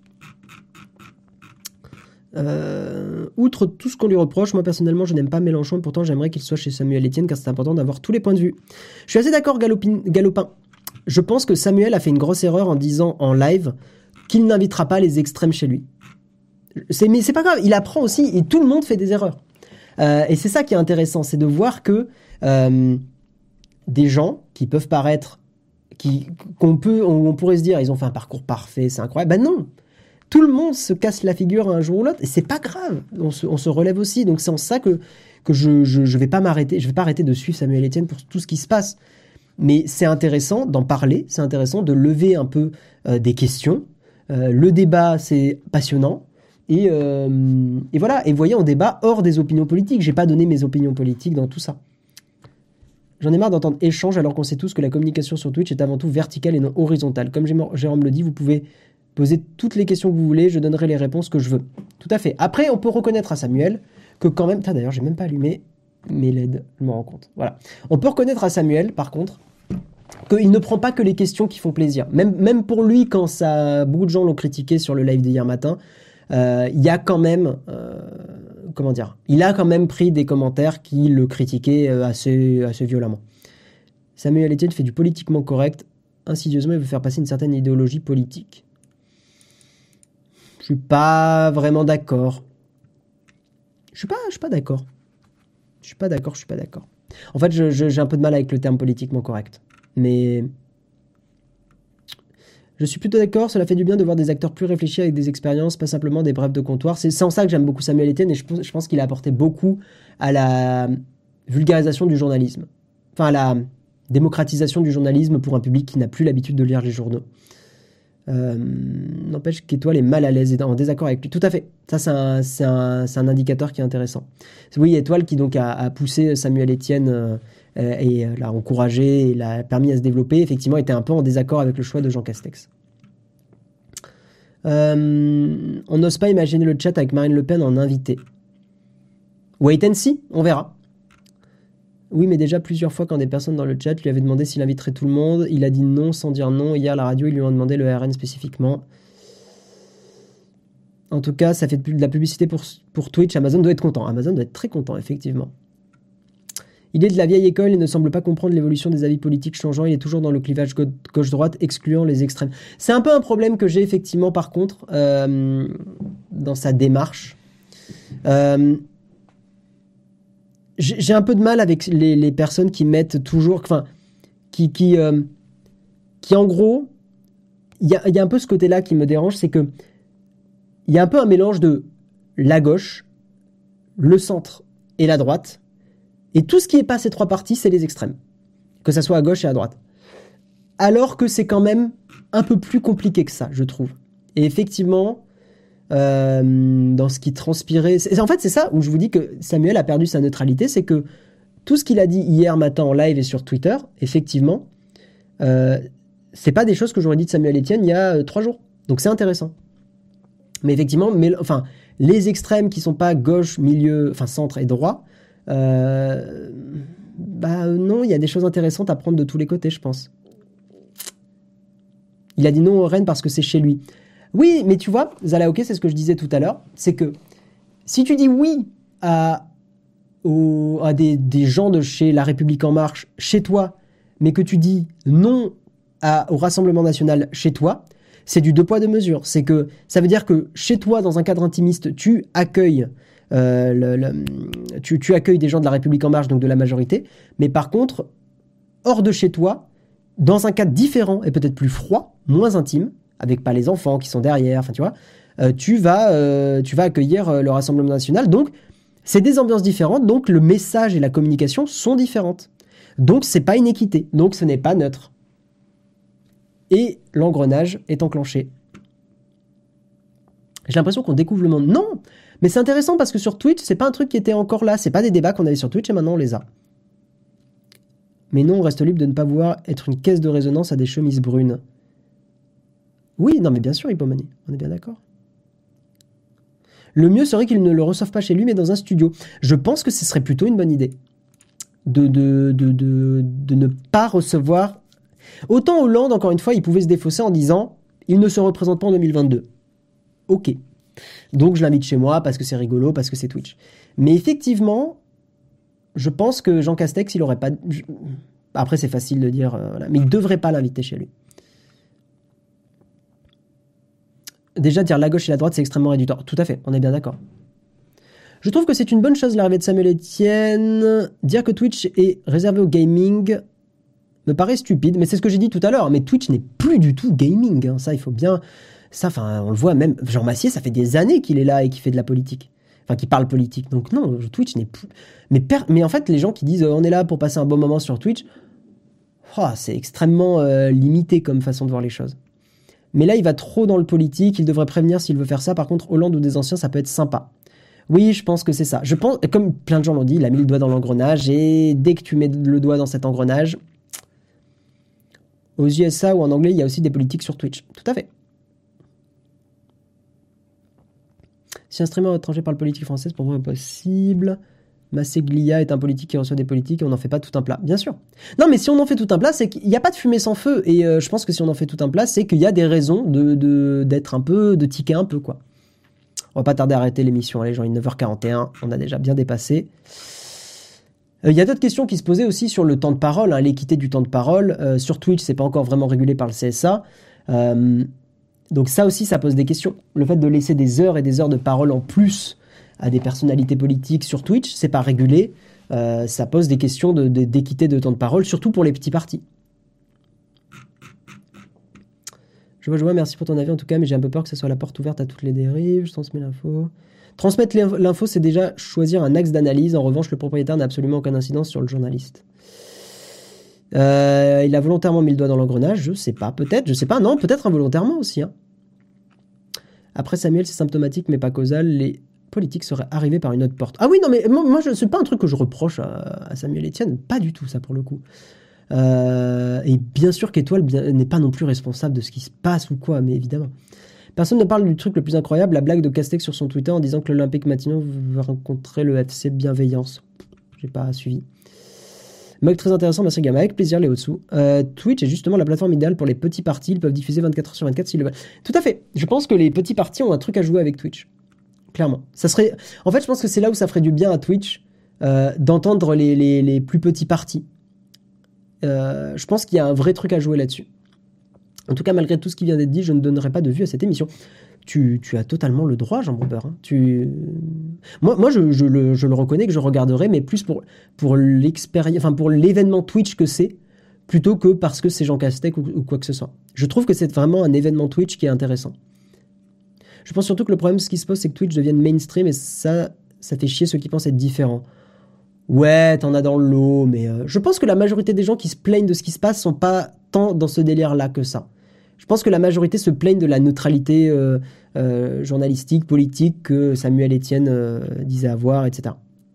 Outre tout ce qu'on lui reproche, moi personnellement je n'aime pas Mélenchon et pourtant j'aimerais qu'il soit chez Samuel Etienne car c'est important d'avoir tous les points de vue. Je suis assez d'accord Galopin. Je pense que Samuel a fait une grosse erreur en disant en live qu'il n'invitera pas les extrêmes chez lui. Mais c'est pas grave, il apprend aussi et tout le monde fait des erreurs. Et c'est ça qui est intéressant, c'est de voir que des gens qui peuvent paraître, on pourrait se dire ils ont fait un parcours parfait, c'est incroyable. Ben non, tout le monde se casse la figure un jour ou l'autre et c'est pas grave. On se relève aussi. Donc c'est en ça que je vais pas m'arrêter, je vais pas arrêter de suivre Samuel Etienne pour tout ce qui se passe. Mais c'est intéressant d'en parler, c'est intéressant de lever un peu des questions. Le débat c'est passionnant. Et voilà, et voyez, on débat hors des opinions politiques. J'ai pas donné mes opinions politiques dans tout ça. J'en ai marre d'entendre échange alors qu'on sait tous que la communication sur Twitch est avant tout verticale et non horizontale. Comme Jérôme le dit, vous pouvez poser toutes les questions que vous voulez, je donnerai les réponses que je veux. Tout à fait. Après, on peut reconnaître à Samuel que quand même... D'ailleurs, j'ai même pas allumé mes LED, je me rends compte. Voilà. On peut reconnaître à Samuel, par contre, qu'il ne prend pas que les questions qui font plaisir. Même pour lui, quand beaucoup de gens l'ont critiqué sur le live d'hier matin, il y a quand même... il a quand même pris des commentaires qui le critiquaient assez violemment. Samuel Etienne fait du politiquement correct. Insidieusement, il veut faire passer une certaine idéologie politique. Je suis pas vraiment d'accord. Je suis pas d'accord. Je suis pas d'accord. En fait, j'ai un peu de mal avec le terme politiquement correct. Mais... je suis plutôt d'accord, cela fait du bien de voir des acteurs plus réfléchis avec des expériences, pas simplement des brefs de comptoir. C'est en ça que j'aime beaucoup Samuel Etienne et je pense qu'il a apporté beaucoup à la vulgarisation du journalisme. Enfin, à la démocratisation du journalisme pour un public qui n'a plus l'habitude de lire les journaux. N'empêche qu'Étoile est mal à l'aise et en désaccord avec lui. Tout à fait. Ça, c'est un indicateur qui est intéressant. Oui, Étoile qui donc a poussé Samuel Etienne et l'a encouragé et l'a permis à se développer, effectivement, était un peu en désaccord avec le choix de Jean Castex. On n'ose pas imaginer le chat avec Marine Le Pen en invité. Wait and see, on verra. Oui, mais déjà plusieurs fois quand des personnes dans le chat lui avaient demandé s'il inviterait tout le monde, il a dit non sans dire non. Hier, à la radio, ils lui ont demandé le RN spécifiquement. En tout cas, ça fait de la publicité pour Twitch. Amazon doit être content. Amazon doit être très content, effectivement. Il est de la vieille école et ne semble pas comprendre l'évolution des avis politiques changeants. Il est toujours dans le clivage gauche-droite, excluant les extrêmes. C'est un peu un problème que j'ai effectivement, par contre, dans sa démarche. J'ai un peu de mal avec les personnes qui mettent toujours... Enfin, qui en gros... Il y a un peu ce côté-là qui me dérange, c'est que il y a un peu un mélange de la gauche, le centre et la droite. Et tout ce qui est pas ces trois parties, c'est les extrêmes. Que ça soit à gauche et à droite. Alors que c'est quand même un peu plus compliqué que ça, je trouve. Et effectivement, dans ce qui transpirait... En fait, c'est ça où je vous dis que Samuel a perdu sa neutralité, c'est que tout ce qu'il a dit hier matin en live et sur Twitter, effectivement, c'est pas des choses que j'aurais dit de Samuel Etienne il y a 3 jours. Donc c'est intéressant. Mais effectivement, les extrêmes qui sont pas gauche, milieu, centre et droit... non, il y a des choses intéressantes à prendre de tous les côtés, je pense. Il a dit non au Rennes parce que c'est chez lui. Oui, mais tu vois, Zalaoké, c'est ce que je disais tout à l'heure, c'est que si tu dis oui à des gens de chez La République En Marche, chez toi, mais que tu dis non au Rassemblement National chez toi, c'est du 2 poids 2 mesures. C'est que ça veut dire que chez toi, dans un cadre intimiste, tu accueilles tu accueilles des gens de La République En Marche, donc de la majorité, mais par contre, hors de chez toi, dans un cadre différent et peut-être plus froid, moins intime, avec pas les enfants qui sont derrière, enfin tu vois, tu vas accueillir le Rassemblement national. Donc, c'est des ambiances différentes, donc le message et la communication sont différentes. Donc, c'est pas une équité, donc ce n'est pas neutre. Et l'engrenage est enclenché. J'ai l'impression qu'on découvre le monde. Non, mais c'est intéressant parce que sur Twitch, c'est pas un truc qui était encore là. C'est pas des débats qu'on avait sur Twitch et maintenant on les a. Mais non, on reste libre de ne pas vouloir être une caisse de résonance à des chemises brunes. Oui, non, mais bien sûr, Hippomanie. On est bien d'accord. Le mieux serait qu'il ne le reçoive pas chez lui, mais dans un studio. Je pense que ce serait plutôt une bonne idée. De ne pas recevoir... Autant Hollande, encore une fois, il pouvait se défausser en disant « Il ne se représente pas en 2022 ». Ok. Donc je l'invite chez moi parce que c'est rigolo, parce que c'est Twitch. Mais effectivement, je pense que Jean Castex, il aurait pas... Après, c'est facile de dire... voilà. Mais il devrait pas l'inviter chez lui. Déjà, dire la gauche et la droite, c'est extrêmement réducteur. Tout à fait, on est bien d'accord. Je trouve que c'est une bonne chose l'arrivée de Samuel Etienne. Dire que Twitch est réservé au gaming me paraît stupide, mais c'est ce que j'ai dit tout à l'heure. Mais Twitch n'est plus du tout gaming. Hein. Ça, il faut bien... Ça, enfin, on le voit même... Jean Massier, ça fait des années qu'il est là et qu'il fait de la politique. Enfin, qu'il parle politique. Donc non, Twitch n'est plus... Mais en fait, les gens qui disent on est là pour passer un bon moment sur Twitch, c'est extrêmement limité comme façon de voir les choses. Mais là, il va trop dans le politique, il devrait prévenir s'il veut faire ça. Par contre, Hollande ou des anciens, ça peut être sympa. Oui, je pense que c'est ça. Je pense, comme plein de gens l'ont dit, il a mis le doigt dans l'engrenage, et dès que tu mets le doigt dans cet engrenage, aux USA ou en anglais, il y a aussi des politiques sur Twitch. Tout à fait. Si un streamer étranger parle politique française, pour moi, impossible. Masseglia est un politique qui reçoit des politiques et on n'en fait pas tout un plat. Bien sûr. Non, mais si on en fait tout un plat, c'est qu'il n'y a pas de fumée sans feu. Et je pense que si on en fait tout un plat, c'est qu'il y a des raisons d'être un peu, de tiquer un peu, quoi. On va pas tarder à arrêter l'émission. Allez, genre, il est 9h41. On a déjà bien dépassé. Il y a d'autres questions qui se posaient aussi sur le temps de parole, hein, l'équité du temps de parole. Sur Twitch, c'est pas encore vraiment régulé par le CSA. Donc ça aussi, ça pose des questions. Le fait de laisser des heures et des heures de parole en plus à des personnalités politiques sur Twitch, c'est pas régulé. Ça pose des questions d'équité de temps de parole, surtout pour les petits partis. Je vois, merci pour ton avis en tout cas, mais j'ai un peu peur que ça soit la porte ouverte à toutes les dérives. Je transmets l'info. Transmettre l'info, c'est déjà choisir un axe d'analyse. En revanche, le propriétaire n'a absolument aucune incidence sur le journaliste. Il a volontairement mis le doigt dans l'engrenage, je sais pas, peut-être, je sais pas, non, peut-être involontairement aussi. Hein. Après Samuel, c'est symptomatique, mais pas causal. Les politiques seraient arrivés par une autre porte. Ah oui, non, mais moi c'est pas un truc que je reproche à Samuel Etienne, pas du tout ça pour le coup. Et bien sûr qu'Étoile n'est pas non plus responsable de ce qui se passe ou quoi, mais évidemment. Personne ne parle du truc le plus incroyable, la blague de Castex sur son Twitter en disant que l'Olympique Matignon va rencontrer le FC Bienveillance. J'ai pas suivi. Mug très intéressant, merci Gamma, avec plaisir Léo Dessous. Twitch est justement la plateforme idéale pour les petits partis, ils peuvent diffuser 24h/24 s'ils le veulent. Tout à fait, je pense que les petits partis ont un truc à jouer avec Twitch. Clairement. Ça serait... En fait, je pense que c'est là où ça ferait du bien à Twitch d'entendre les plus petits partis. Je pense qu'il y a un vrai truc à jouer là-dessus. En tout cas, malgré tout ce qui vient d'être dit, je ne donnerai pas de vue à cette émission. Tu as totalement le droit, Jean Bomber. Hein. Moi je le reconnais que je regarderai, mais plus pour l'expérience, enfin pour l'événement Twitch que c'est, plutôt que parce que c'est Jean Castex ou quoi que ce soit. Je trouve que c'est vraiment un événement Twitch qui est intéressant. Je pense surtout que le problème, ce qui se pose, c'est que Twitch devienne mainstream et ça fait chier ceux qui pensent être différents. Ouais, t'en as dans le lot, mais je pense que la majorité des gens qui se plaignent de ce qui se passe sont pas tant dans ce délire-là que ça. Je pense que la majorité se plaignent de la neutralité journalistique, politique que Samuel Etienne disait avoir, etc.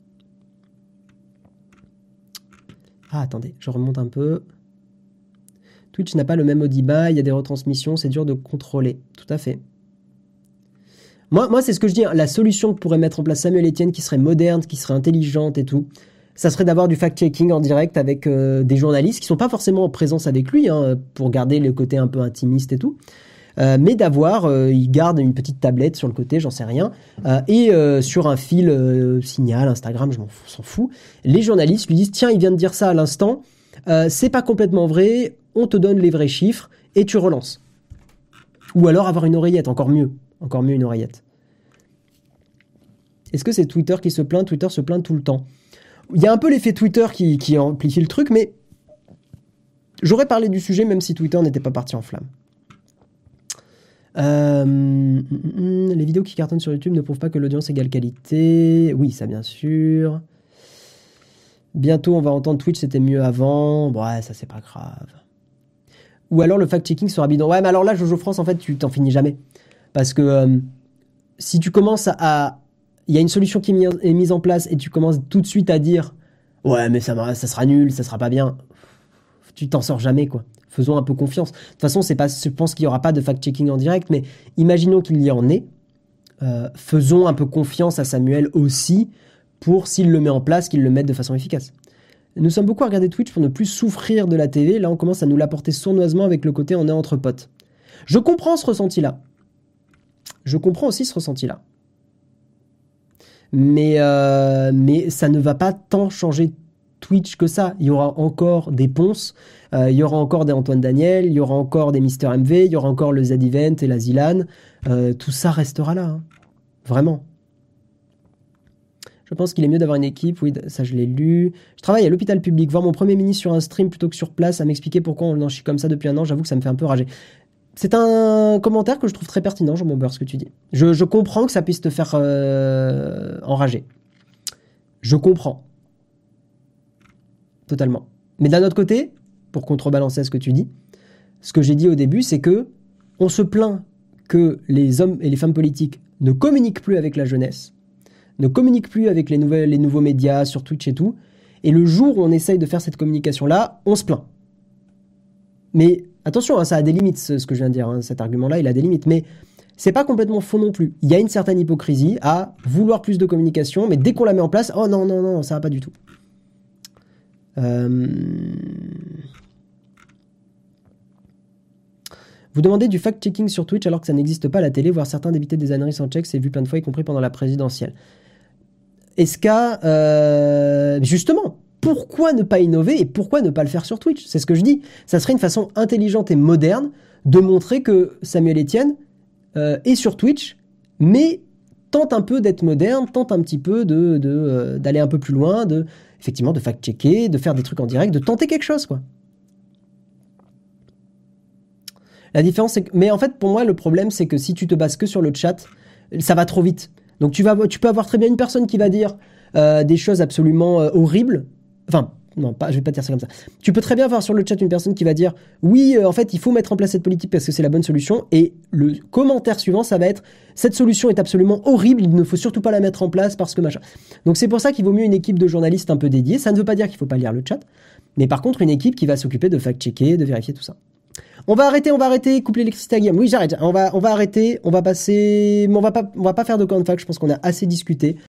Ah, attendez, je remonte un peu. Twitch n'a pas le même audimat, il y a des retransmissions, c'est dur de contrôler. Tout à fait. Moi, c'est ce que je dis, hein, la solution que pourrait mettre en place Samuel Etienne, qui serait moderne, qui serait intelligente et tout, ça serait d'avoir du fact-checking en direct avec des journalistes qui sont pas forcément en présence avec lui, hein, pour garder le côté un peu intimiste et tout, mais d'avoir, il garde une petite tablette sur le côté, j'en sais rien, et sur un fil Signal, Instagram, s'en fous, les journalistes lui disent, tiens, il vient de dire ça à l'instant, c'est pas complètement vrai, on te donne les vrais chiffres, et tu relances. Ou alors avoir une oreillette, encore mieux une oreillette. Est-ce que c'est Twitter qui se plaint? Twitter se plaint tout le temps. Il y a un peu l'effet Twitter qui amplifie le truc, mais j'aurais parlé du sujet même si Twitter n'était pas parti en flamme. Les vidéos qui cartonnent sur YouTube ne prouvent pas que l'audience égale qualité. Oui, ça bien sûr. Bientôt, on va entendre Twitch, c'était mieux avant. Bon, ouais, ça, c'est pas grave. Ou alors, le fact-checking sera bidon. Ouais, mais alors là, Jojo France, en fait, tu t'en finis jamais. Parce que si tu commences à... Il y a une solution qui est mise en place et tu commences tout de suite à dire « Ouais, mais ça sera nul, ça sera pas bien. » Tu t'en sors jamais, quoi. Faisons un peu confiance. De toute façon, c'est pas, je pense qu'il n'y aura pas de fact-checking en direct, mais imaginons qu'il y en ait. Faisons un peu confiance à Samuel aussi pour, s'il le met en place, qu'il le mette de façon efficace. Nous sommes beaucoup à regarder Twitch pour ne plus souffrir de la TV. Là, on commence à nous l'apporter sournoisement avec le côté on est entre potes. Je comprends ce ressenti-là. Je comprends aussi ce ressenti-là. Mais ça ne va pas tant changer Twitch que ça. Il y aura encore des Ponce, il y aura encore des Antoine Daniel, il y aura encore des Mister MV, il y aura encore le Z-Event et la Zilan. Tout ça restera là. Hein. Vraiment. Je pense qu'il est mieux d'avoir une équipe. Oui, ça je l'ai lu. Je travaille à l'hôpital public. Voir mon premier ministre sur un stream plutôt que sur place, à m'expliquer pourquoi on en chie comme ça depuis un an, j'avoue que ça me fait un peu rager. C'est un commentaire que je trouve très pertinent, Jean Bomber, ce que tu dis. Je comprends que ça puisse te faire enrager. Je comprends. Totalement. Mais d'un autre côté, pour contrebalancer ce que tu dis, ce que j'ai dit au début, c'est que on se plaint que les hommes et les femmes politiques ne communiquent plus avec la jeunesse, ne communiquent plus avec les nouveaux médias sur Twitch et tout, et le jour où on essaye de faire cette communication-là, on se plaint. Mais attention, hein, ça a des limites, ce que je viens de dire, hein, cet argument-là, il a des limites, mais c'est pas complètement faux non plus. Il y a une certaine hypocrisie à vouloir plus de communication, mais dès qu'on la met en place, oh non, non, non, ça va pas du tout. Vous demandez du fact-checking sur Twitch alors que ça n'existe pas à la télé, voir certains débiter des âneries sans check, c'est vu plein de fois, y compris pendant la présidentielle. Justement, pourquoi ne pas innover et pourquoi ne pas le faire sur Twitch? C'est ce que je dis. Ça serait une façon intelligente et moderne de montrer que Samuel Etienne est sur Twitch, mais tente un peu d'être moderne, tente un petit peu d'aller un peu plus loin, effectivement de fact-checker, de faire des trucs en direct, de tenter quelque chose, quoi. La différence, c'est que... Mais en fait, pour moi, le problème, c'est que si tu te bases que sur le chat, ça va trop vite. Donc tu peux avoir très bien une personne qui va dire des choses absolument horribles. Enfin, non, je vais pas dire ça comme ça. Tu peux très bien avoir sur le chat une personne qui va dire oui, en fait, il faut mettre en place cette politique parce que c'est la bonne solution. Et le commentaire suivant, ça va être cette solution est absolument horrible, il ne faut surtout pas la mettre en place parce que machin. Donc c'est pour ça qu'il vaut mieux une équipe de journalistes un peu dédiés. Ça ne veut pas dire qu'il faut pas lire le chat, mais par contre une équipe qui va s'occuper de fact-checker, de vérifier tout ça. On va arrêter, coupe l'électricité à Guillaume. Oui, j'arrête. On va arrêter, on va passer, mais on va pas faire de camp de fac, je pense qu'on a assez discuté.